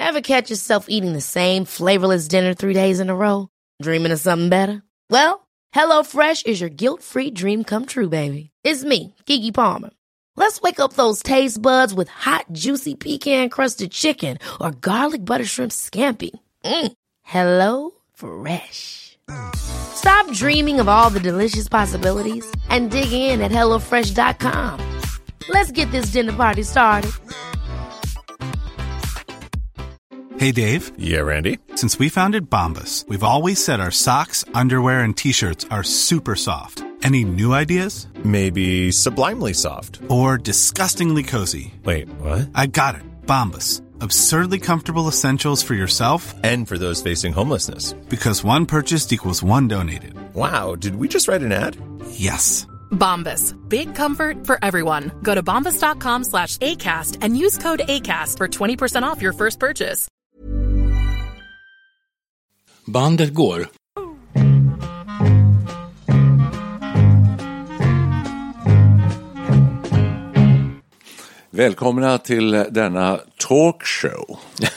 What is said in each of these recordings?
Ever catch yourself eating the same flavorless dinner 3 days in a row? Dreaming of something better? Well, HelloFresh is your guilt-free dream come true, baby. It's me, Keke Palmer. Let's wake up those taste buds with hot, juicy pecan-crusted chicken or garlic butter shrimp scampi. Hello Fresh. Stop dreaming of all the delicious possibilities and dig in at HelloFresh.com. Let's get this dinner party started. Hey, Dave. Yeah, Randy. Since we founded Bombas, we've always said our socks, underwear, and T-shirts are super soft. Any new ideas? Maybe sublimely soft. Or disgustingly cozy. Wait, what? I got it. Bombas. Absurdly comfortable essentials for yourself and for those facing homelessness. Because one purchased equals one donated. Wow, did we just write an ad? Yes. Bombas. Big comfort for everyone. Go to bombas.com/ACAST and use code ACAST for 20% off your first purchase. Bandet går. Välkomna till denna talkshow.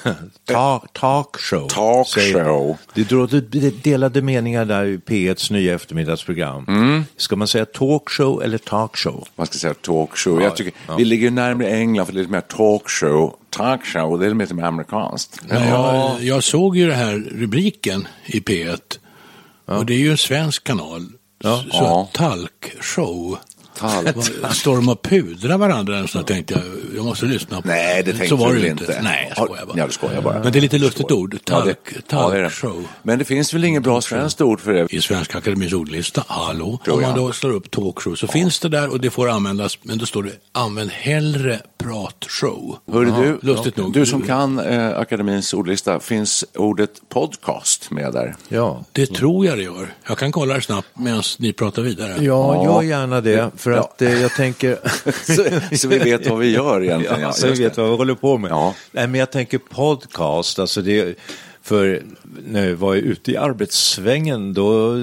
Talkshow. Talkshow. Det råder delade meningar där i P1s nya eftermiddagsprogram. Ska man säga talkshow eller talkshow? Man ska säga talkshow. Jag tycker vi ligger närmare England för det är lite mer talkshow. Talkshow, det är lite mer amerikanskt. Ja, jag såg ju det här rubriken i P1. Och det är ju en svensk kanal. Så talkshow. Står de och pudrar varandra så tänkte jag måste lyssna på. Nej, det tänkte jag inte. Nej, jag skojar bara. Ja, du skojar bara. Men det är lite lustigt ord. Talkshow. Men det finns väl inget bra svenskt ord för det? I Svenska Akademins ordlista, om man då slår upp talkshow så finns det där och det får användas, men då står det använd hellre pratshow. Hörru Lustigt nog. Du som kan Akademins ordlista, finns ordet podcast med där? Ja. Det tror jag det gör. Jag kan kolla det snabbt medan ni pratar vidare. Ja, gör gärna det. För att jag tänker... så vi vet vad vi gör egentligen. Ja, så vi vet vad vi håller på med. Ja. Nej, men jag tänker podcast, alltså det... För när jag var ute i arbetssvängen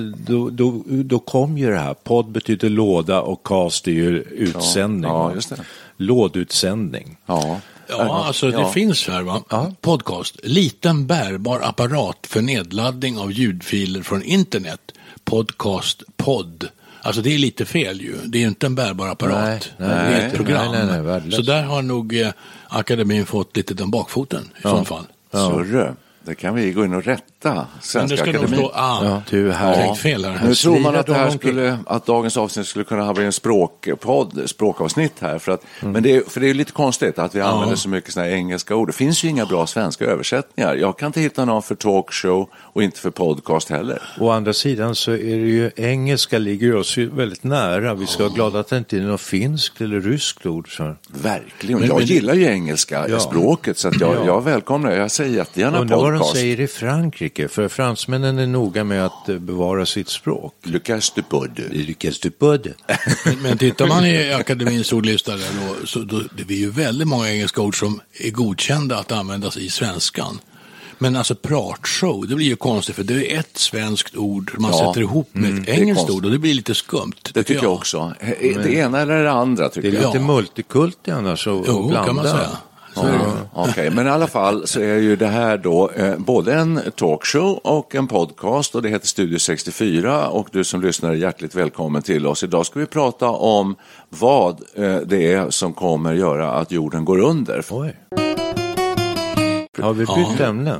då kom ju det här. Podd betyder låda och cast är ju utsändning. Ja, just det. Lådutsändning. Ja, alltså det finns här va? Ja. Podcast. Liten bärbar apparat för nedladdning av ljudfiler från internet. Podcast, podd. Alltså det är lite fel ju. Det är ju inte en bärbar apparat. Nej, det är ett program. Nej, så där har nog akademin fått lite den bakfoten i så fall. Sörre. Det kan vi gå in och rätta. Svenska Akademin. Du här fel här. Nu tror man att det här att dagens avsnitt skulle kunna ha blivit en språkavsnitt här för att men det är lite konstigt att vi använder så mycket såna här engelska ord. Det finns ju inga bra svenska översättningar. Jag kan inte hitta någon för talkshow och inte för podcast heller. Å andra sidan så är det ju engelska ligger oss ju väldigt nära. Vi ska vara glada att det inte är något finskt eller ryskt ord så. Verkligen. Jag gillar ju engelska språket så att jag välkomnar. Jag säger jättegärna podcast. Vad de säger i Frankrike, för fransmännen är noga med att bevara sitt språk. Lucas du Bode. Men tittar man i akademins ordlista där så det är ju väldigt många engelska ord som är godkända att användas i svenskan. Men alltså pratshow, det blir ju konstigt för det är ett svenskt ord man sätter ihop med ett engelskt ord och det blir lite skumt. Det tycker jag också. Det ena eller det andra tycker jag. Det är lite multikulti annars och blanda. Kan man säga. Okej, men i alla fall så är ju det här då både en talkshow och en podcast och det heter Studio 64 och du som lyssnar är hjärtligt välkommen till oss. Idag ska vi prata om vad det är som kommer göra att jorden går under. Oj. Har vi bytt ämne?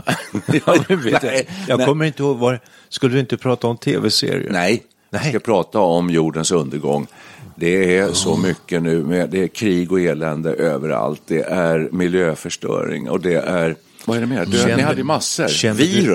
Jag kommer inte ihåg, skulle du inte prata om tv-serier? Nej, vi ska prata om jordens undergång. Det är så mycket nu, det är krig och elände överallt, det är miljöförstöring och det är, vad är det mer? Ni hade ju massor.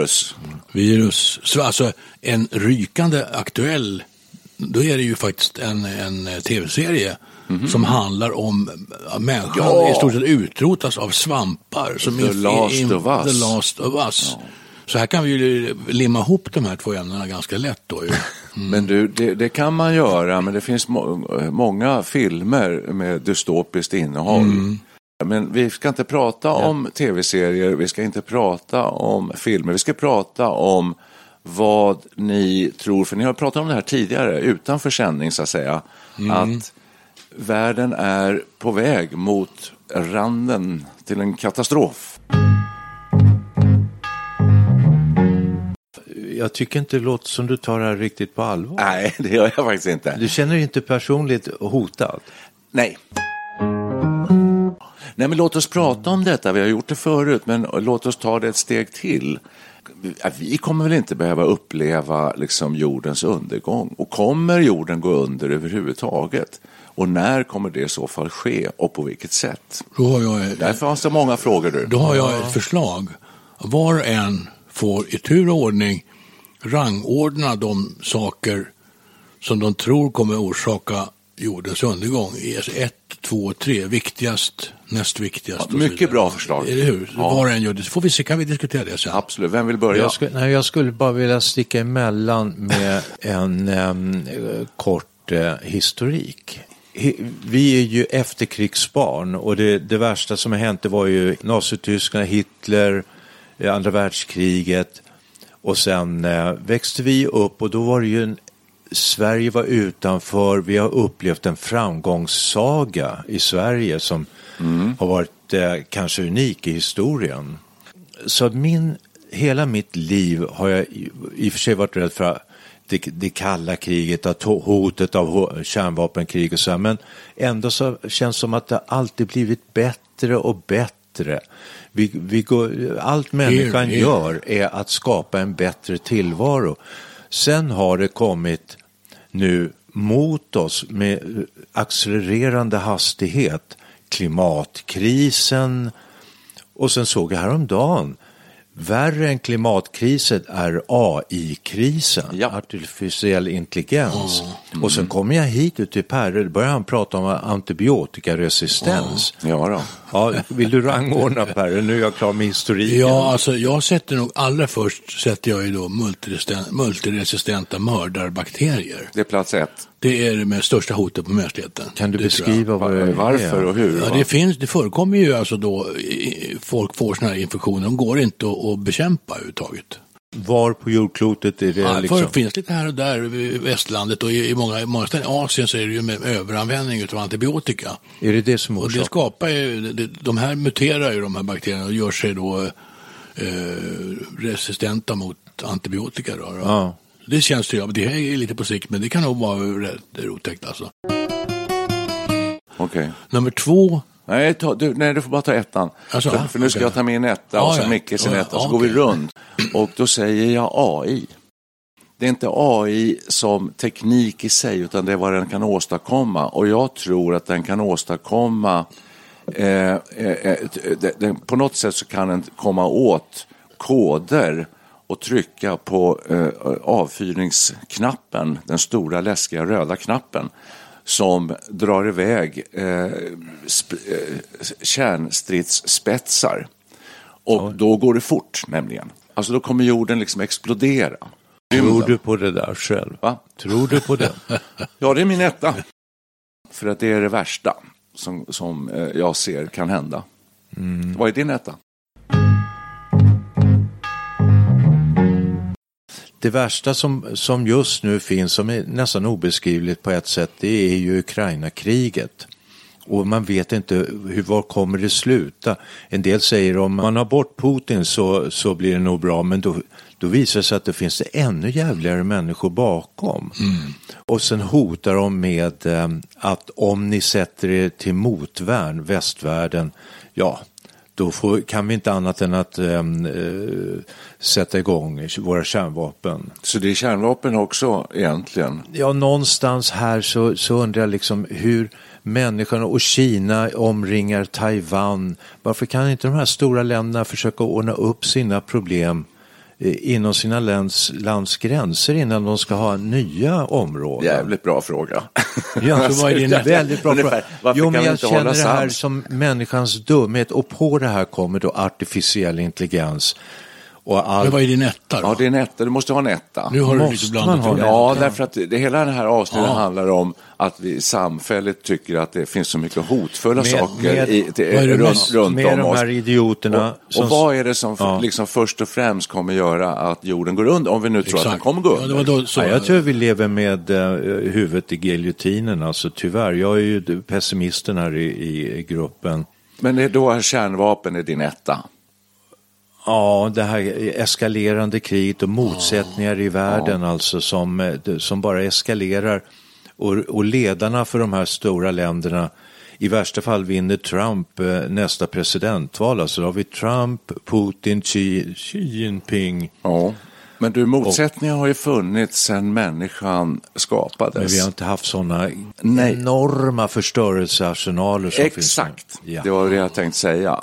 Virus. Så alltså en rykande aktuell, då är det ju faktiskt en tv-serie som handlar om människan i stort sett utrotas av svampar som The Last of Us. Ja. Så här kan vi ju limma ihop de här två ämnena ganska lätt då ju. Men du, det kan man göra, men det finns många filmer med dystopiskt innehåll. Men vi ska inte prata om tv-serier, vi ska inte prata om filmer, vi ska prata om vad ni tror, för ni har pratat om det här tidigare utanför sändning så att säga, att världen är på väg mot randen till en katastrof. jag tycker inte det låter som du tar det här riktigt på allvar. Nej, det gör jag faktiskt inte. Du känner dig inte personligt hotad? Nej. Nej, men låt oss prata om detta. Vi har gjort det förut, men låt oss ta det ett steg till. Vi kommer väl inte behöva uppleva liksom jordens undergång. Och kommer jorden gå under överhuvudtaget? Och när kommer det i så fall ske och på vilket sätt? Därför fanns det många frågor. Då har jag ett förslag. Var och en får i tur och ordning rangordna de saker som de tror kommer orsaka jordens undergång. 1, 2, 3, viktigast, näst viktigast. Ja, mycket bra förslag. Är det hur? Ja. Var och en gör det. Så får vi se, kan vi diskutera det sen. Absolut. Vem vill börja? Jag skulle bara vilja sticka emellan med en kort historik. Vi är ju efterkrigsbarn och det värsta som har hänt det var ju Nazityskland, Hitler, andra världskriget och sen växte vi upp och då var det ju Sverige var utanför, vi har upplevt en framgångssaga i Sverige som har varit kanske unik i historien. Så hela mitt liv har jag i och för sig varit rädd för det kalla kriget, att hotet av kärnvapenkrig och så här, men ändå så känns det som att det alltid blivit bättre och bättre. Allt människan gör är att skapa en bättre tillvaro. Sen har det kommit nu mot oss med accelererande hastighet klimatkrisen och sen såg jag häromdagen värre än klimatkrisen är AI-krisen, artificiell intelligens. Och sen kommer jag hit ut till Perre, då börjar han prata om antibiotikaresistens. Ja, vill du rangordna Perre? Nu är jag klar med historiken. Ja, alltså jag sätter nog allra först ju då multiresistenta mördarbakterier. Det är plats 1. Det är det med största hotet på mänskligheten. Kan du beskriva varför och hur? Ja, det förekommer ju alltså då folk får såna här infektioner. De går inte att bekämpa överhuvudtaget. Var på jordklotet är det Det finns lite här och där i västlandet och i många ställen i Asien så är det ju med överanvändning av antibiotika. Är det som orsak? Och det skapar ju, de här muterar ju de här bakterierna och gör sig då resistenta mot antibiotika då. Ja. Det känns ju, det är lite på sikt men det kan nog vara rätt otäckt alltså. Okej. Nummer 2. Nej, du får bara ta ettan. Alltså, för nu ska jag ta min etta och så Micke sin etta. Så går vi runt. Och då säger jag AI. Det är inte AI som teknik i sig utan det är vad den kan åstadkomma. Och jag tror att den kan åstadkomma på något sätt så kan den komma åt koder och trycka på avfyrningsknappen, den stora läskiga röda knappen som drar iväg kärnstridsspetsar. Och då går det fort nämligen. Alltså då kommer jorden liksom explodera. Tror du på det där själv? Va? Tror du på det? Ja, det är min etta. För att det är det värsta som jag ser kan hända. Vad är din etta? Det värsta som just nu finns, som är nästan obeskrivligt på ett sätt, det är ju Ukraina-kriget. Och man vet inte var kommer det sluta. En del säger om man har bort Putin så blir det nog bra, men då visar det sig att det finns ännu jävligare människor bakom. Och sen hotar de med att om ni sätter er till motvärn, västvärlden, då kan vi inte annat än att sätta igång våra kärnvapen. Så det är kärnvapen också egentligen? Ja, någonstans här så undrar jag liksom hur människorna och Kina omringar Taiwan. Varför kan inte de här stora länderna försöka ordna upp sina problem inom sina lands gränser innan de ska ha nya områden? Jävligt bra fråga. Ja, så var det väldigt bra fråga. Jo, men jag känner det här sams? som människans dumhet och på det här kommer då artificiell intelligens. Men vad är din etta då? Ja, det är en etta. Du måste ha en etta. Nu har du lite blandat. Ja, därför att hela den här avsnittet handlar om att vi samfälligt tycker att det finns så mycket hotfulla saker runt om med oss. De här idioterna. Och vad är det som liksom först och främst kommer göra att jorden går under? Om vi nu tror att den kommer gå under. Jag tror vi lever med huvudet i giljotinen. Alltså tyvärr, jag är ju pessimisten här i gruppen. Men då är kärnvapen din etta? Ja, det här eskalerande kriget och motsättningar i världen alltså som bara eskalerar. Och ledarna för de här stora länderna, i värsta fall vinner Trump nästa presidentval. Alltså då har vi Trump, Putin, Xi Jinping. Ja, men du, motsättningar har ju funnits sedan människan skapades. Men vi har inte haft sådana enorma förstörelsearsenaler som finns. Exakt, det var det jag tänkte säga.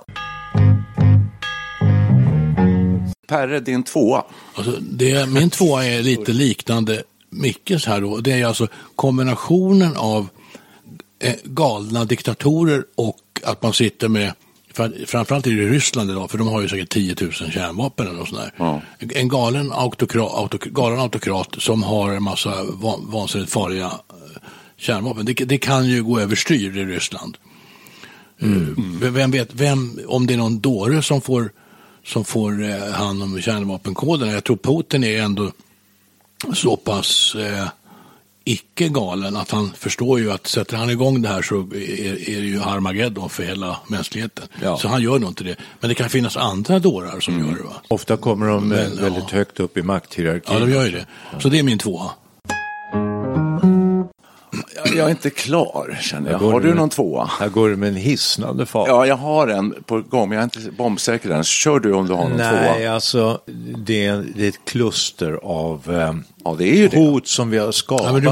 Perre, din tvåa. Alltså min tvåa är lite liknande Mickes här då. Det är alltså kombinationen av galna diktatorer och att man sitter med, framförallt i Ryssland idag, för de har ju säkert 10 000 kärnvapen eller något sånt där. Ja. En galen autokrat som har en massa vansinnigt farliga kärnvapen. Det kan ju gå överstyr i Ryssland. Vem vet, om det är någon dåre som får hand om kärnvapenkoderna. Jag tror Putin är ändå så pass icke galen att han förstår ju att sätter han igång det här så är det ju Armageddon för hela mänskligheten. Ja. Så han gör nog inte det. Men det kan finnas andra dårar som gör det. Va? Ofta kommer de väldigt högt upp i makthierarkin. Ja, de gör ju det. Så det är min tvåa. Jag är inte klar, känner jag. Har du någon tvåa? Här går det med en hisnande fart. Ja, jag har en på gång, men jag är inte bombsäker än. Kör du om du har någon tvåa? Nej, alltså det är ett kluster av det är ju hot som vi har skapat. Ja, men du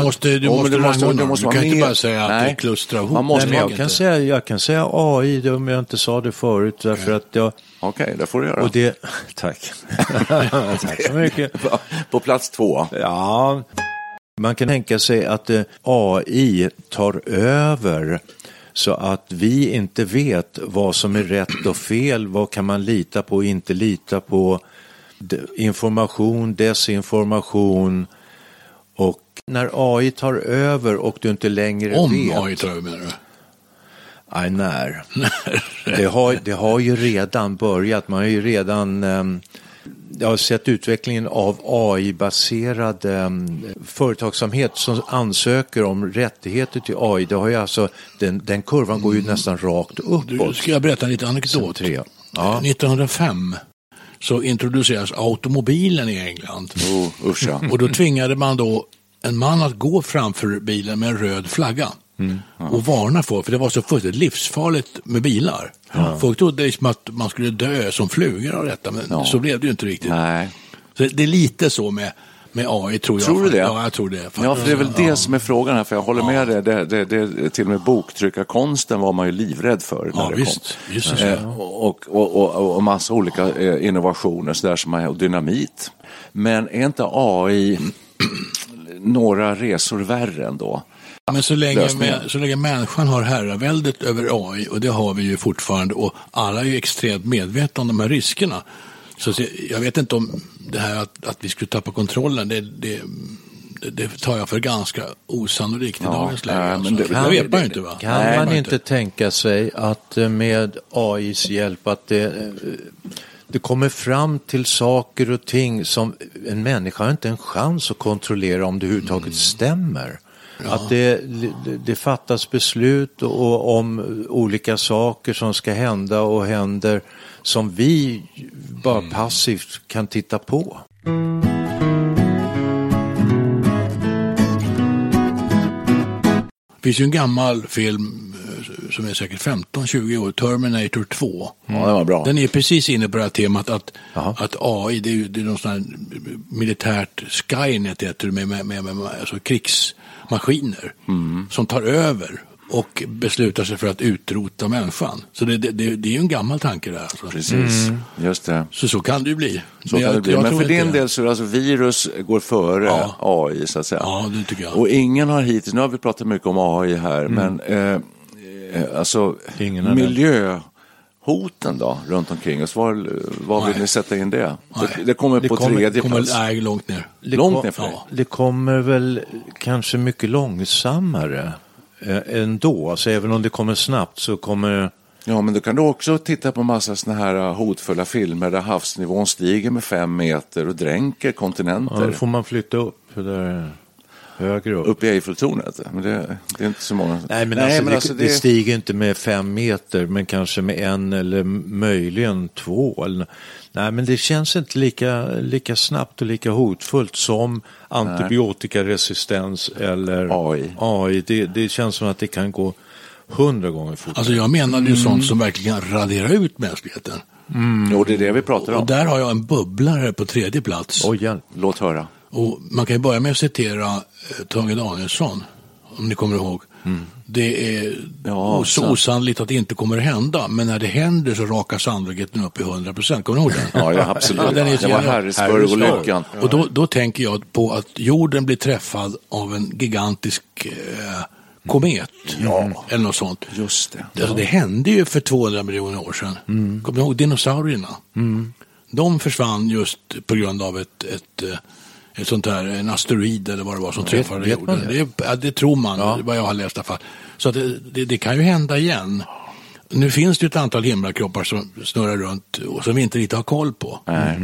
kan inte bara säga att det är kluster av hot. Jag kan säga AI, om jag inte sa det förut. Därför att Okej, det får du göra. Och tack. Tack så mycket. På plats 2. Ja. Man kan tänka sig att AI tar över så att vi inte vet vad som är rätt och fel, vad kan man lita på och inte lita på, information, desinformation. Och när AI tar över och du inte längre om vet... Om AI tar över, menar du? Nej, när. Det har ju redan börjat, man har ju redan... Jag har sett utvecklingen av AI-baserad företagsamhet som ansöker om rättigheter till AI. Det har ju alltså, den kurvan går ju nästan rakt uppåt. Ska jag berätta en liten anekdot? Ja. 1905 så introduceras automobilen i England. Och då tvingade man då en man att gå framför bilen med en röd flagga. Och varna för det var så fullständigt livsfarligt med bilar. Folk trodde liksom att man skulle dö som flugor av detta, men så blev det ju inte riktigt. Nej. Så det är lite så med AI, tror jag. Tror du det? Ja, jag tror det. Ja, för det är väl det som är frågan här, för jag håller med dig. Det till och med boktryckarkonsten var man ju livrädd för när det kom. Och massa olika innovationer så där som och dynamit. Men är inte AI några resor värre ändå? Men så länge människan har herraväldet över AI, och det har vi ju fortfarande, och alla är ju extremt medvetna om de här riskerna. Så jag vet inte om det här att vi skulle tappa kontrollen, det tar jag för ganska osannolikt i dagens läge. Men det vet man ju inte, va? Kan man inte tänka sig att med AIs hjälp att det kommer fram till saker och ting som en människa har inte en chans att kontrollera om det överhuvudtaget stämmer? Ja. Att det fattas beslut och om olika saker som ska hända och händer som vi bara passivt kan titta på. Det finns ju en gammal film som är säkert 15-20 år, Terminator 2. Ja, det var bra. Den är precis inne på det här temat att AI, det är någon sån här militärt Skynet heter det, med alltså krigsmaskiner som tar över och beslutar sig för att utrota människan. Så det är ju en gammal tanke där. Alltså. Precis, just det. Så kan det ju bli. Men för din del så är det alltså virus går före AI, så att säga. Ja, det tycker jag. Och ingen har hittills, nu har vi pratat mycket om AI här, men alltså miljöhoten då runt omkring oss, var vill ni sätta in det? Det kommer på tredje plats. Nej, långt ner. Det kommer väl kanske mycket långsammare ändå, så även om det kommer snabbt så kommer... Ja, men du kan då också titta på massa såna här hotfulla filmer där havsnivån stiger med 5 meter och dränker kontinenter. Ja, då får man flytta upp. högre upp. Uppe i Eiffeltornet. Men det är inte så många. Nej, men det stiger inte med 5 meter, men kanske med 1 eller möjligen 2. Nej, men det känns inte lika snabbt och lika hotfullt som antibiotikaresistens eller AI. Det känns som att det kan gå 100 gånger fortare. Alltså jag menar ju sånt som verkligen kan radera ut mänskligheten. Och det är det vi pratar om. Och där har jag en bubblare på 3:e plats. Låt höra. Och man kan ju börja med att citera Tage Danielsson, om ni kommer ihåg. Det är osannolikt att det inte kommer att hända, men när det händer så rakar sannolikheten upp i 100%. Kommer ni ihåg den? Ja, absolut. Ja, det var Harrisburg-olyckan. Och då tänker jag på att jorden blir träffad av en gigantisk komet eller något sånt. Just det. Alltså, det hände ju för 200 miljoner år sedan. Kommer ni ihåg dinosaurierna? De försvann just på grund av ett sånt här, en asteroid eller vad det var som träffade jorden. Det tror man, vad jag har läst i alla fall. Så att det kan ju hända igen. Nu finns det ett antal himlakroppar som snurrar runt och som vi inte riktigt har koll på.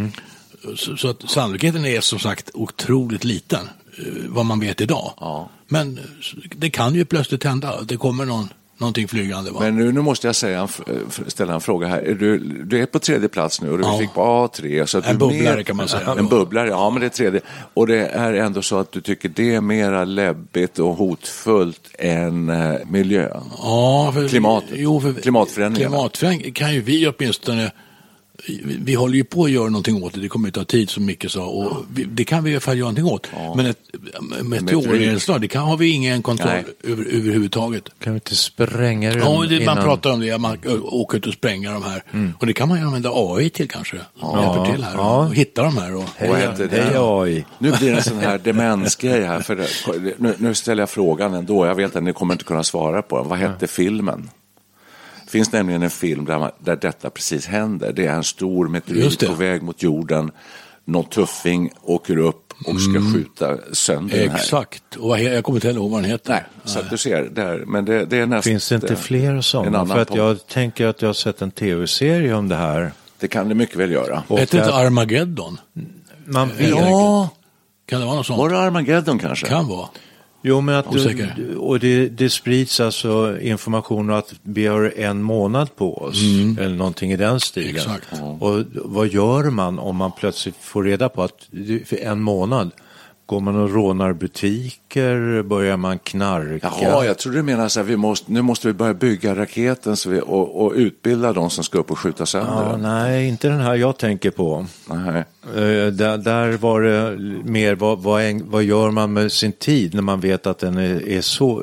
Så att sannolikheten är som sagt otroligt liten, vad man vet idag. Men det kan ju plötsligt hända. Det kommer någonting flygande. Va? Men nu måste jag ställa en fråga här. Du är på 3:e plats nu och du fick på A3. Så att en bubblare kan man säga. En bubblare, ja, men det är 3:e. Och det är ändå så att du tycker det är mera läbbigt och hotfullt än miljön. Ja, Klimatförändringar. Klimatförändringar kan ju vi åtminstone. Vi håller ju på att göra någonting åt det. Det kommer att ta tid, som Micke sa. Och det kan vi i alla fall göra någonting åt. Men ett meteornedslag, det har vi ingen kontroll överhuvudtaget. Kan vi inte spränga det? Man pratar om det. Man åker ut och spränger de här. Och det kan man ju använda AI till kanske. Hjälper till här och hitta de här. Hej AI. Nu blir det en sån här demensgrej här. För nu ställer jag frågan ändå. Jag vet att ni kommer inte kunna svara på den. Vad hette filmen? Det finns nämligen en film där detta precis händer. Det är en stor meteorit på väg mot jorden. Någon tuffing åker upp och ska skjuta sönder den här. Exakt. Och jag kommer inte ihåg vad den heter. Nej, så att du ser där. Men det är nästan. Finns det inte fler sådana? För att jag tänker att jag har sett en tv-serie om det här. Det kan det mycket väl göra. Heter inte Armageddon? Man vet. Ja. Kan det vara något sånt? Var det Armageddon kanske? Kan vara. Jo, men att det sprids alltså information att vi har 1 månad på oss eller någonting i den stilen. Exakt. Och vad gör man om man plötsligt får reda på att för 1 månad går man och rånar butiker, börjar man knarka? Ja, jag tror du menar så här, nu måste vi börja bygga raketen och utbilda de som ska upp och skjuta sönder den. Nej, inte den här jag tänker på. Nej. Där var det mer, vad gör man med sin tid när man vet att den är så...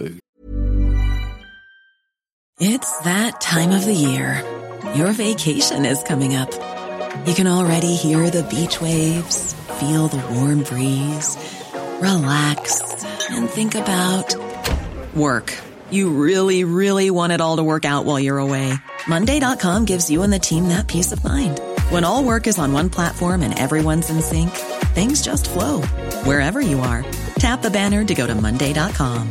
It's that time of the year. Your vacation is coming up. You can already hear the beach waves, feel the warm breeze, relax and think about work. You really, really want it all to work out while you're away. Monday.com gives you and the team that peace of mind. When all work is on one platform and everyone's in sync, things just flow. Wherever you are, tap the banner to go to Monday.com.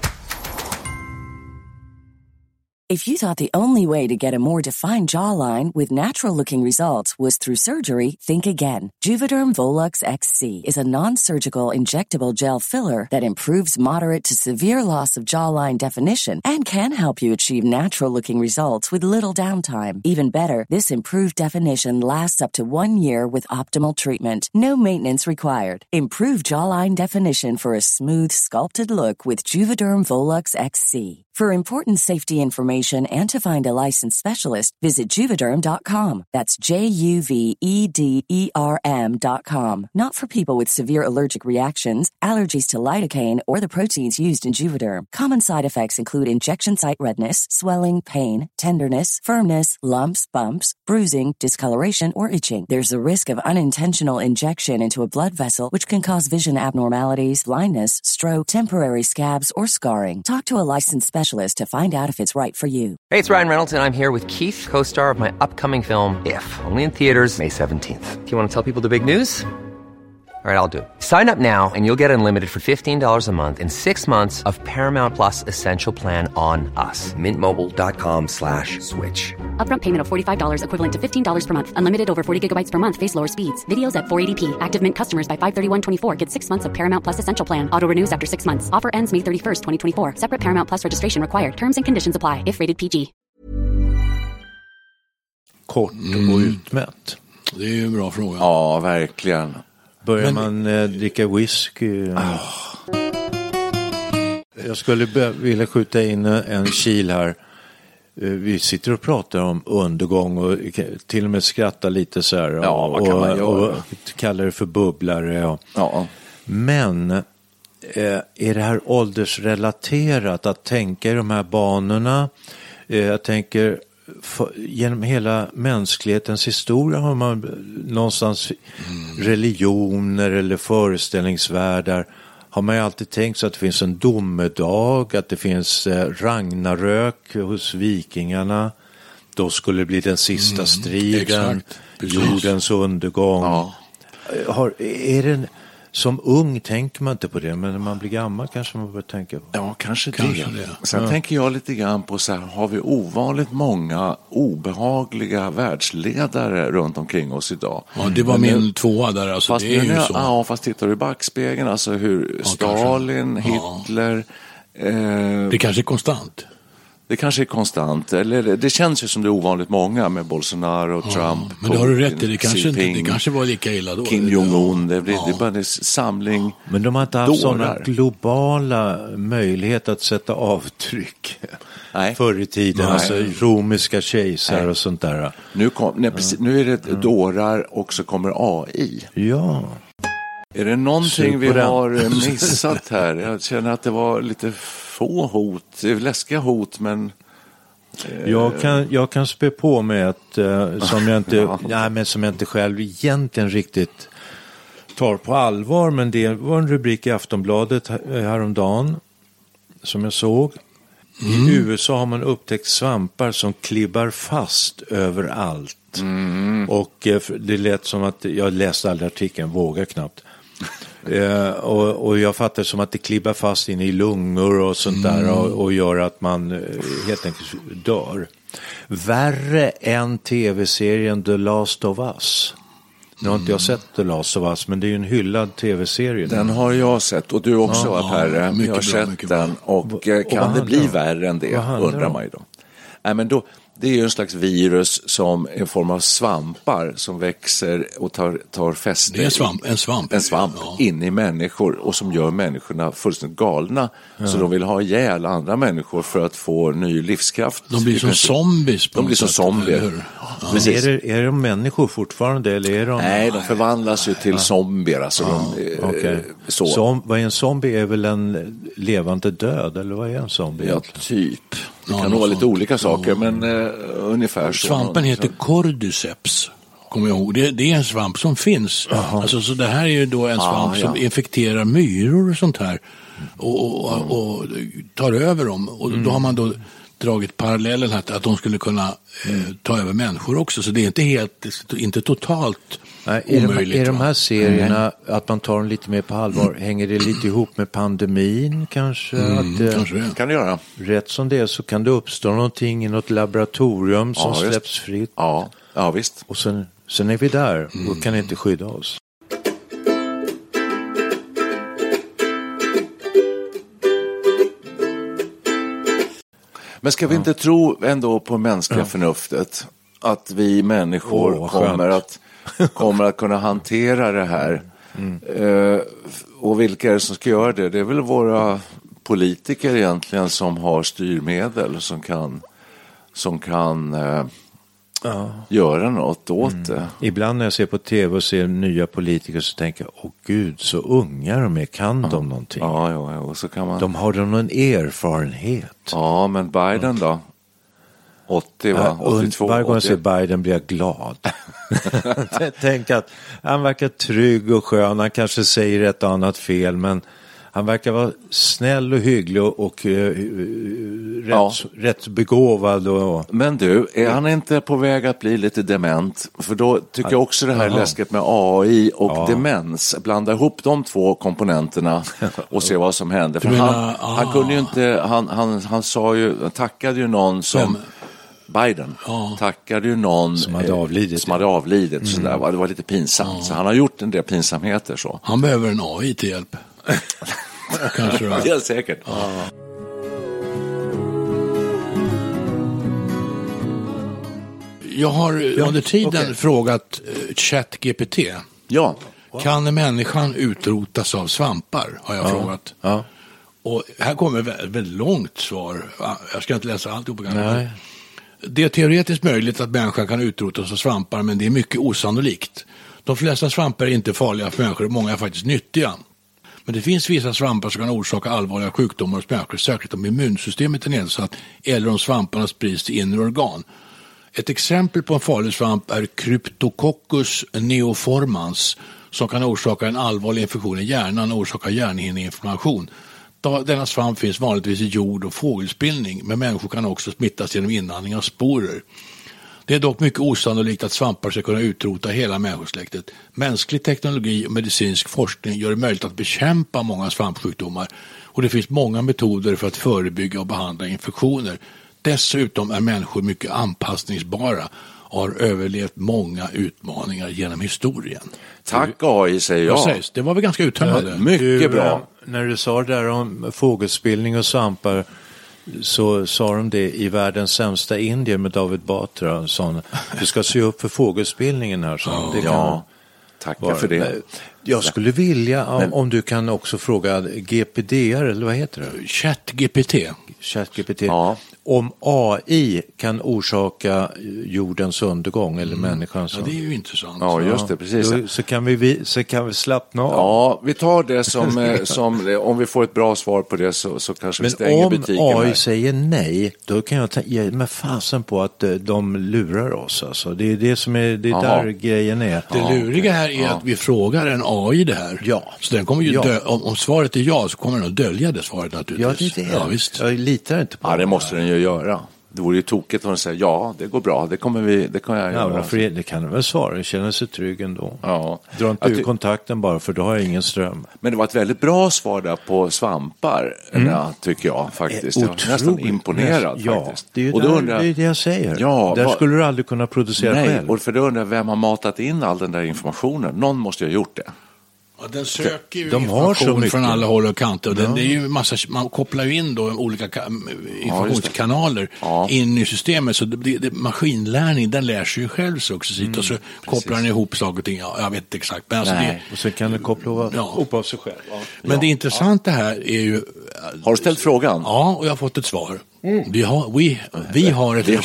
If you thought the only way to get a more defined jawline with natural-looking results was through surgery, think again. Juvederm Volux XC is a non-surgical injectable gel filler that improves moderate to severe loss of jawline definition and can help you achieve natural-looking results with little downtime. Even better, this improved definition lasts up to 1 year with optimal treatment. No maintenance required. Improve jawline definition for a smooth, sculpted look with Juvederm Volux XC. For important safety information and to find a licensed specialist, visit Juvederm.com. That's JUVEDERM.com. Not for people with severe allergic reactions, allergies to lidocaine, or the proteins used in Juvederm. Common side effects include injection site redness, swelling, pain, tenderness, firmness, lumps, bumps, bruising, discoloration, or itching. There's a risk of unintentional injection into a blood vessel, which can cause vision abnormalities, blindness, stroke, temporary scabs, or scarring. Talk to a licensed specialist to find out if it's right for you. Hey, it's Ryan Reynolds, and I'm here with Keith, co-star of my upcoming film, If, only in theaters May 17th. Do you want to tell people the big news? All right, I'll do it. Sign up now and you'll get unlimited for $15 a month and 6 months of Paramount Plus Essential Plan on us. MintMobile.com/switch. Upfront payment of $45 equivalent to $15 per month. Unlimited over 40 gigabytes per month. Face lower speeds. Videos at 480p. Active Mint customers by 531.24 get 6 months of Paramount Plus Essential Plan. Auto renews after 6 months. Offer ends May 31st, 2024. Separate Paramount Plus registration required. Terms and conditions apply if rated PG. Kort och utmätt. Det är ju en bra fråga. Ja, verkligen. Börjar man dricka whisky? Jag skulle vilja skjuta in en kil här. Vi sitter och pratar om undergång och till och med skrattar lite så här. Ja, vad kan man göra? Och kallar det för bubblare. Ja. Men är det här åldersrelaterat att tänka i de här banorna? Jag tänker genom hela mänsklighetens historia har man någonstans religioner eller föreställningsvärldar har man ju alltid tänkt så att det finns en domedag, att det finns Ragnarök hos vikingarna. Då skulle det bli den sista striden, jordens undergång. Ja. Är det som ung tänker man inte på det, men när man blir gammal kanske man bör tänka på. Ja, kanske det. Sen tänker jag lite grann på så här, har vi ovanligt många obehagliga världsledare runt omkring oss idag? Ja, det var min tvåa där. Alltså, fast det är ju så. Ja, fast tittar du i backspegeln, alltså hur Stalin, Hitler... det kanske är konstant. Det kanske är konstant, eller det känns ju som det är ovanligt många med Bolsonaro, Trump. Men det har du rätt i, det kanske var lika illa då. Kim Jong-un, det är bara en samling. Men de har inte haft sådana globala möjligheter att sätta avtryck. Nej. Förr i tiden, alltså romerska kejsar och sånt där. Nu är det dårar och så kommer AI. Ja. Är det någonting vi har missat här? Jag känner att det var lite få hot, läskiga hot, men... Jag kan spä på med att som jag inte själv egentligen riktigt tar på allvar, men det var en rubrik i Aftonbladet häromdagen som jag såg. I USA har man upptäckt svampar som klibbar fast överallt. Och det lät som att jag läste alla artikeln, vågar knappt. Och jag fattar som att det klibbar fast in i lungor och sånt där och gör att man helt enkelt dör. Värre än tv-serien The Last of Us. Nu har inte jag sett The Last of Us, men det är ju en hyllad tv-serie. Den har jag sett, och du också, Per. Jag har sett den, och kan det bli värre än det, undrar man ju då. Nej, men då, det är ju en slags virus som är en form av svampar som växer och tar fäste. Det är en svamp in i människor, och som gör människorna fullständigt galna. Så de vill ha ihjäl andra människor för att få ny livskraft. De blir som zombies. De blir som zombier. Men är de människor fortfarande, eller är de... Nej, de förvandlas ju till zombier. Alltså vad är en zombie? Är väl en levande död, eller vad är en zombie? Ja, typ. Det kan nog vara lite olika saker, men ungefär så. Svampen heter cordyceps, kommer jag ihåg. Det är en svamp som finns. Alltså, så det här är ju då en svamp som infekterar myror och sånt här. Och tar över dem. Och då har man då dragit parallellen här, att de skulle kunna ta över människor också. Så det är inte totalt omöjligt. Är de här serierna, att man tar dem lite mer på allvar, hänger det lite ihop med pandemin kanske? Kanske kan det göra. Rätt som det är så kan det uppstå någonting i något laboratorium som släpps fritt. Ja, visst. Och sen är vi där och kan inte skydda oss. Men ska vi inte tro ändå på mänskliga förnuftet, att vi människor kommer att kunna hantera det här? Och vilka är det som ska göra det? Det är väl våra politiker egentligen som har styrmedel som kan göra något åt det. Ibland när jag ser på tv och ser nya politiker så tänker jag, åh gud, så unga de är, kan de någonting? Ja, och så kan man... De har någon erfarenhet. Ja, men Biden då? 80, va? 82. Varje gång jag ser Biden blir jag glad. Tänk att han verkar trygg och skön. Han kanske säger ett annat fel, men Han verkar vara snäll och hygglig och rätt begåvad. Men du, är han inte på väg att bli lite dement? För då tycker jag också det här är läskigt med AI och demens. Blanda ihop de två komponenterna och se vad som händer. För han kunde ju inte, han sa ju, tackade ju någon som... Biden tackade ju någon som hade avlidit så där. Det var lite pinsamt. Så han har gjort en del pinsamheter så. Han behöver en AI till hjälp. Kanske då. Helt säkert. Jag har under tiden frågat ChatGPT. Ja. Kan människan utrotas av svampar? Har jag frågat. Ja. Och här kommer ett väldigt långt svar. Jag ska inte läsa allt på gång. Det är teoretiskt möjligt att människan kan utrotas av svampar, men det är mycket osannolikt. De flesta svampar är inte farliga för människor och många är faktiskt nyttiga. Men det finns vissa svampar som kan orsaka allvarliga sjukdomar hos människor, särskilt om immunsystemet är nedsatt eller om svamparna sprids till inre organ. Ett exempel på en farlig svamp är Cryptococcus neoformans som kan orsaka en allvarlig infektion i hjärnan och orsaka hjärnhinneinflammation. Denna svamp finns vanligtvis i jord- och fågelspillning, men människor kan också smittas genom inandning av sporer. Det är dock mycket osannolikt att svampar ska kunna utrota hela människosläktet. Mänsklig teknologi och medicinsk forskning gör det möjligt att bekämpa många svampsjukdomar och det finns många metoder för att förebygga och behandla infektioner. Dessutom är människor mycket anpassningsbara och har överlevt många utmaningar genom historien. Tack AI, säger jag. Sägs? Det var väl ganska uttömmande. Mycket bra. När du sa det där om fågelspillning och svampar så sa de det i världens sämsta Indien med David Batra. Du ska se upp för fågelspillningen här. Tackar för det. Jag skulle vilja, om du kan också fråga GPDR, eller vad heter det? ChatGPT. Ja. Om AI kan orsaka jordens undergång eller människans. Ja, det är ju intressant. Ja, just det, precis. Så kan vi slappna av. Ja, vi tar det som om vi får ett bra svar på det så kanske vi stänger butiken. Men om AI här säger nej, då kan jag ge mig fasen på att de lurar oss. Alltså. Det är det som är, där grejen är. Det luriga här är att vi frågar en AI det här. Ja. Så den kommer ju om svaret är ja så kommer den att dölja det svaret naturligtvis. Ja, det är det. Ja, visst. Jag litar inte på det. Ja, det måste den ju göra. Det vore ju tokigt om de säger ja, det går bra, det kan jag göra. För det kan du väl svara, känner sig trygg ändå. Ja. Dra inte ur kontakten bara, för då har jag ingen ström. Men det var ett väldigt bra svar där på svampar, tycker jag faktiskt. Jag är nästan imponerad faktiskt. Det är det jag säger. Ja, där skulle du aldrig kunna producera själv. Och för då undrar jag vem har matat in all den där informationen. Någon måste ju ha gjort det. Ja, den söker ju information från alla håll och kanter. Och det är ju man kopplar ju in då olika informationskanaler in i systemet. Så maskinlärning, den lär sig ju själv successivt. Och så kopplar den ihop saker och ting. Ja, jag vet inte exakt. Men alltså och så kan det koppla ihop av sig själv. Ja. Men det intressanta här är ju... Har du ställt frågan? Ja, och jag har fått ett svar. Vi har ett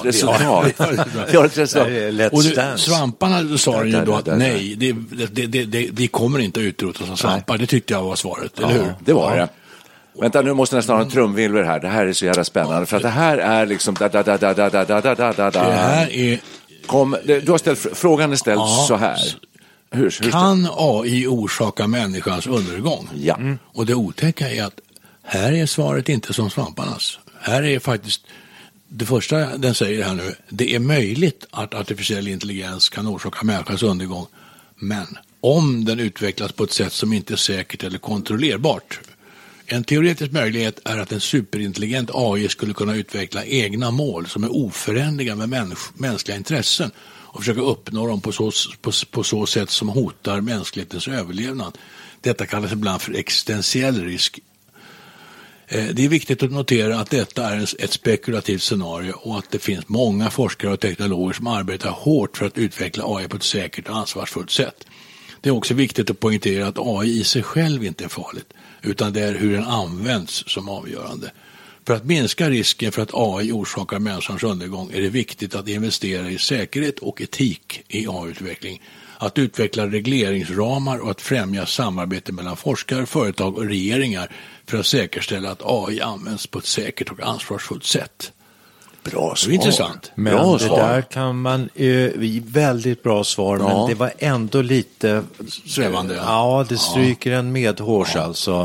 resultat. Och svamparna sa den ju då att nej, det kommer inte att utrotas av svampar. Det tyckte jag var svaret, eller hur? Det var det. Vänta, nu måste nästan ha en trumvirvel här. Det här är så jävla spännande. För att det här är liksom... Det här är... Du har ställt... Frågan är ställd så här. Hur kan AI orsaka människans undergång? Ja. Och det otäcka är att här är svaret inte som svamparnas. Här är faktiskt det första den säger här nu. Det är möjligt att artificiell intelligens kan orsaka människans undergång. Men om den utvecklas på ett sätt som inte är säkert eller kontrollerbart. En teoretisk möjlighet är att en superintelligent AI skulle kunna utveckla egna mål som är oförenliga med mänskliga intressen och försöka uppnå dem på så sätt som hotar mänsklighetens överlevnad. Detta kallas ibland för existentiell risk. Det är viktigt att notera att detta är ett spekulativt scenario och att det finns många forskare och teknologer som arbetar hårt för att utveckla AI på ett säkert och ansvarsfullt sätt. Det är också viktigt att poängtera att AI i sig själv inte är farligt, utan det är hur den används som avgörande. För att minska risken för att AI orsakar människans undergång är det viktigt att investera i säkerhet och etik i AI-utveckling, att utveckla regleringsramar och att främja samarbete mellan forskare, företag och regeringar för att säkerställa att AI används på ett säkert och ansvarsfullt sätt. Bra svar. Det är intressant. Men bra svar. Där kan man väldigt bra svar, men det var ändå lite svävande. Ja, det stryker en medhårs alltså.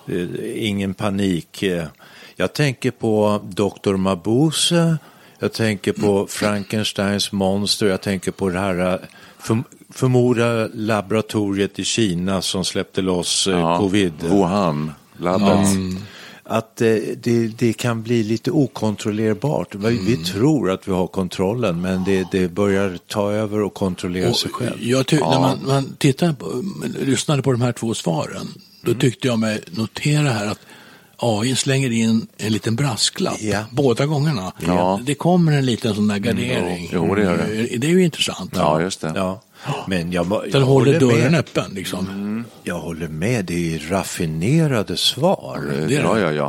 ingen panik. Jag tänker på Dr. Mabuse, jag tänker på Frankensteins monster, jag tänker på det här förmodade laboratoriet i Kina som släppte loss covid. Wuhan-labbet. Att det kan bli lite okontrollerbart. Vi tror att vi har kontrollen, men det börjar ta över och kontrollera sig själv. När man lyssnade på de här två svaren, då tyckte jag mig notera här att AI slänger in en liten brasklapp båda gångerna. Ja. Det kommer en liten sån där gardering. Jo, det gör det. Det är ju intressant. Ja, just det. Ja. Men jag håller dörren öppen liksom. Jag håller med, det är raffinerade svar. Ja.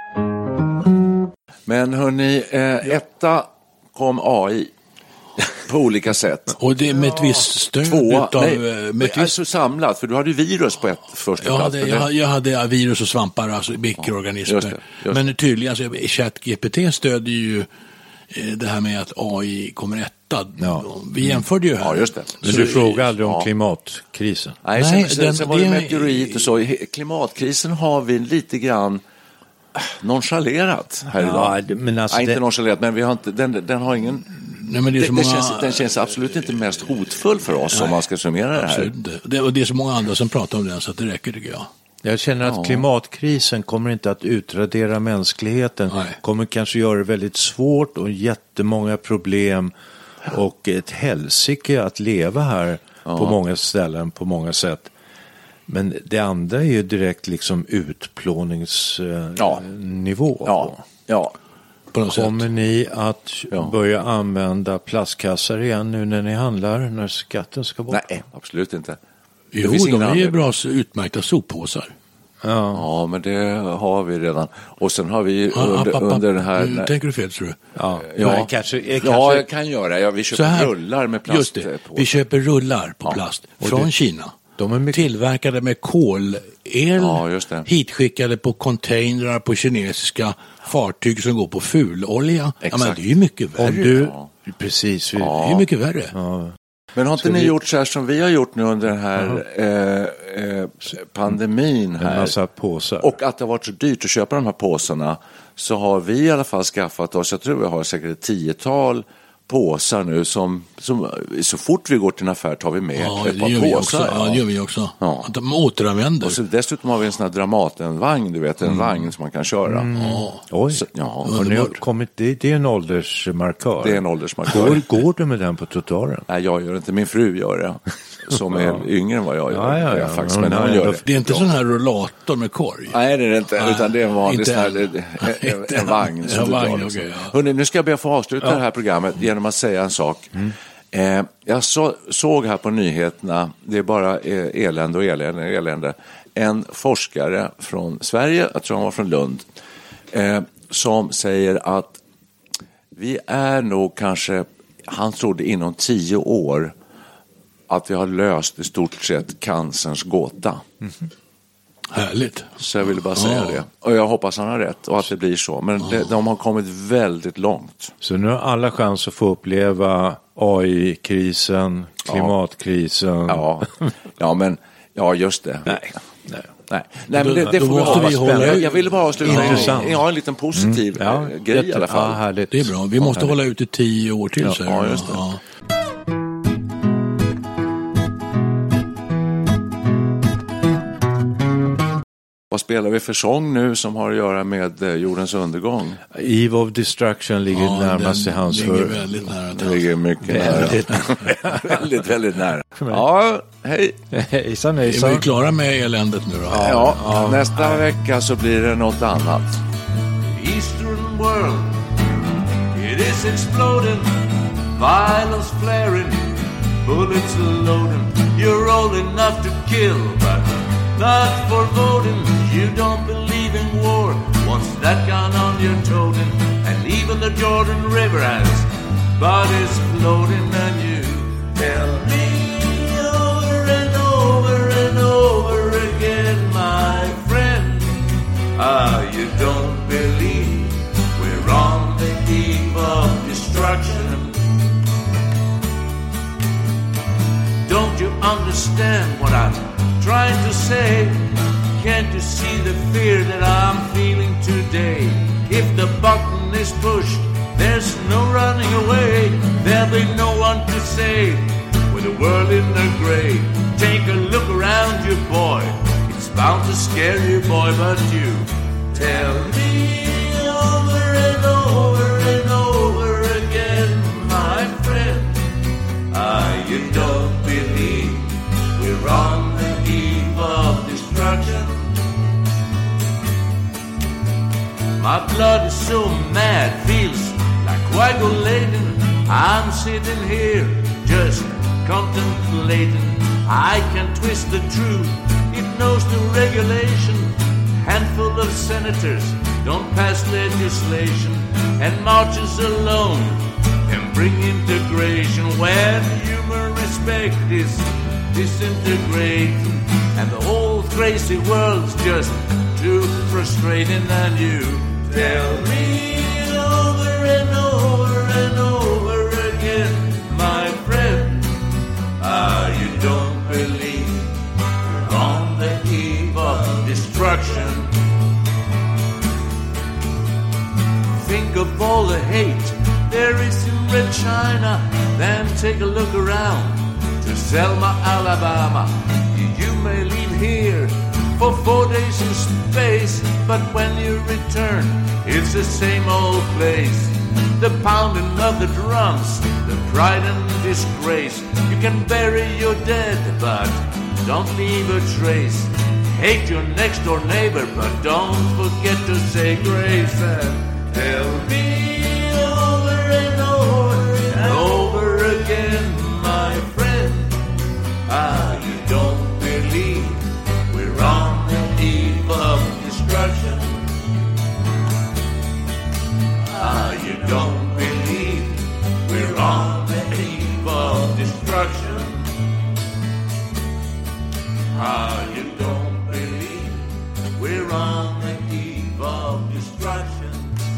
Men hörni, etta kom AI på olika sätt. Och det med ett visst stöd alltså samlat, för du hade ju virus på första plats. Jag hade virus och svampar, alltså mikroorganismer. Just det. Men tydligen, alltså, ChatGPT stödjer ju det här med att AI kommer etta. Vi jämförde ju här. Ja, just det. Men du frågade aldrig om klimatkrisen. Nej, sen var det meteorit och så. Klimatkrisen har vi lite grann nonchalerat här idag. Men alltså inte nonchalerat, men vi har inte, den har ingen... Nej, men den känns absolut inte mest hotfull för oss om man ska summera det här. Och det är så många andra som pratar om den, så att det räcker, tycker jag. Jag känner att klimatkrisen kommer inte att utradera mänskligheten. Kommer kanske göra det väldigt svårt och jättemånga problem och ett helsike att leva här på många ställen, på många sätt. Men det andra är ju direkt liksom utplåningsnivå. Ja. Kommer ni att börja använda plastkassar igen nu när ni handlar, när skatten ska bort? Nej, absolut inte. Jo, de är ju bra utmärkta soppåsar. Ja, men det har vi redan. Och sen har vi under den här... Nu tänker du fel, tror du? Jag kan göra. Vi köper rullar med plast. Just det, vi köper rullar på plast från Kina. De är tillverkade med kolel, hitskickade på containrar på kinesiska fartyg som går på fulolja. Ja, men det är ju mycket värre. Precis. Det är ju mycket värre. Ja. Men har inte ni gjort så här som vi har gjort nu under den här pandemin här? En massa påsar. Och att det har varit så dyrt att köpa de här påsarna, så har vi i alla fall skaffat oss, jag tror vi har säkert ett 10-tal påsar nu som så fort vi går till en affär tar vi med ett par påsar. Ja, det gör vi också. Ja. Att de återanvänder. Och så dessutom har vi en sån här Dramatenvagn, du vet, en vagn som man kan köra. Oj, har ni kommit, det är en åldersmarkör. Det är en åldersmarkör. Går du med den på trottoaren? Nej, jag gör inte, min fru gör det. Som är yngre än vad jag gör. Ja, faktiskt, men hon gör det. Det är inte sån här rollator med korg. Nej, det är det inte, utan det är en vanlig en vagn. Hörrni, nu ska jag be att få avsluta det här programmet genom att säga en sak. Jag såg här på nyheterna, det är bara elände och elände. En forskare från Sverige, jag tror han var från Lund, som säger att vi är nog kanske, han trodde inom 10 år att vi har löst i stort sett cancerns gåta. Härligt. Så jag ville bara säga det. Och jag hoppas han har rätt och att det blir så. Men de har kommit väldigt långt. Så nu har alla chans att få uppleva AI-krisen, klimatkrisen. Ja, just det. Nej, men det får vi hålla ut. Jag ville bara avsluta. Jag har en liten positiv grej i alla fall. Ja, härligt. Det är bra. Vi måste hålla ut i 10 år till. Ja, just det. Ja. Vad spelar vi för sång nu som har att göra med jordens undergång? Eve of Destruction ligger närmast i hans för. Ligger väldigt nära. Det ligger mycket nära. väldigt, väldigt nära. Ja, hej. Hejsan. Är vi klara med eländet nu då? Ja, nästa vecka så blir det något annat. Eastern world, it is exploding, violence flaring, bullets are loading, you're old enough to kill, but not for voting. You don't believe in war. Once that gun on your totem, and even the Jordan River has bodies floating, and you tell me over and over and over again, my friend, you don't believe we're on the eve of destruction. Don't you understand what I'm trying to say? Can't you see the fear that I'm feeling today? If the button is pushed, there's no running away. There'll be no one to save with the world in the grave. Take a look around you, boy. It's bound to scare you, boy, but you tell me over and over and over again, my friend. You don't believe we're on the eve of destruction. My blood is so mad, feels like coagulating. I'm sitting here just contemplating. I can twist the truth, it knows no regulation. Handful of senators don't pass legislation, and marches alone can bring integration. When human respect is disintegrating, and the whole crazy world's just too frustrating, and you tell me over and over and over again, my friend, you don't believe we're on the eve of destruction. Think of all the hate there is in Red China, then take a look around to Selma, Alabama. You may leave here for 4 days in space, but when you return, it's the same old place. The pounding of the drums, the pride and disgrace. You can bury your dead, but don't leave a trace. Hate your next door neighbor, but don't forget to say grace. And tell me over and over and over again, my friend, you don't believe we're on the eve of destruction. You don't believe we're on the eve of destruction. You don't believe we're on the eve of destruction.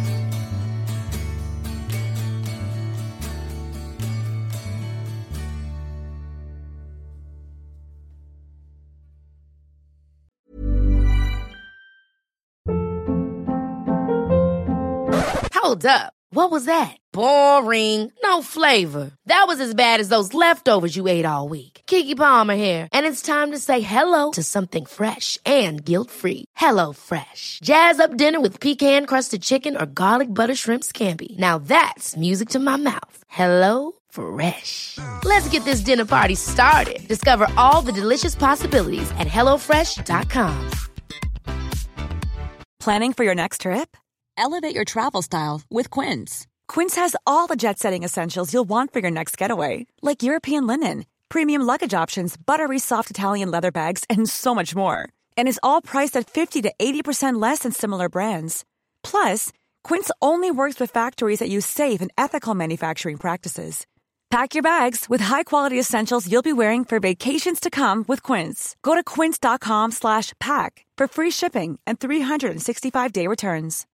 Hold up. What was that? Boring. No flavor. That was as bad as those leftovers you ate all week. Keke Palmer here, and it's time to say hello to something fresh and guilt-free. Hello Fresh. Jazz up dinner with pecan-crusted chicken or garlic butter shrimp scampi. Now that's music to my mouth. Hello Fresh. Let's get this dinner party started. Discover all the delicious possibilities at hellofresh.com. Planning for your next trip? Elevate your travel style with Quince. Quince has all the jet-setting essentials you'll want for your next getaway, like European linen, premium luggage options, buttery soft Italian leather bags, and so much more. And is all priced at 50 to 80% less than similar brands. Plus, Quince only works with factories that use safe and ethical manufacturing practices. Pack your bags with high-quality essentials you'll be wearing for vacations to come with Quince. Go to quince.com/pack for free shipping and 365-day returns.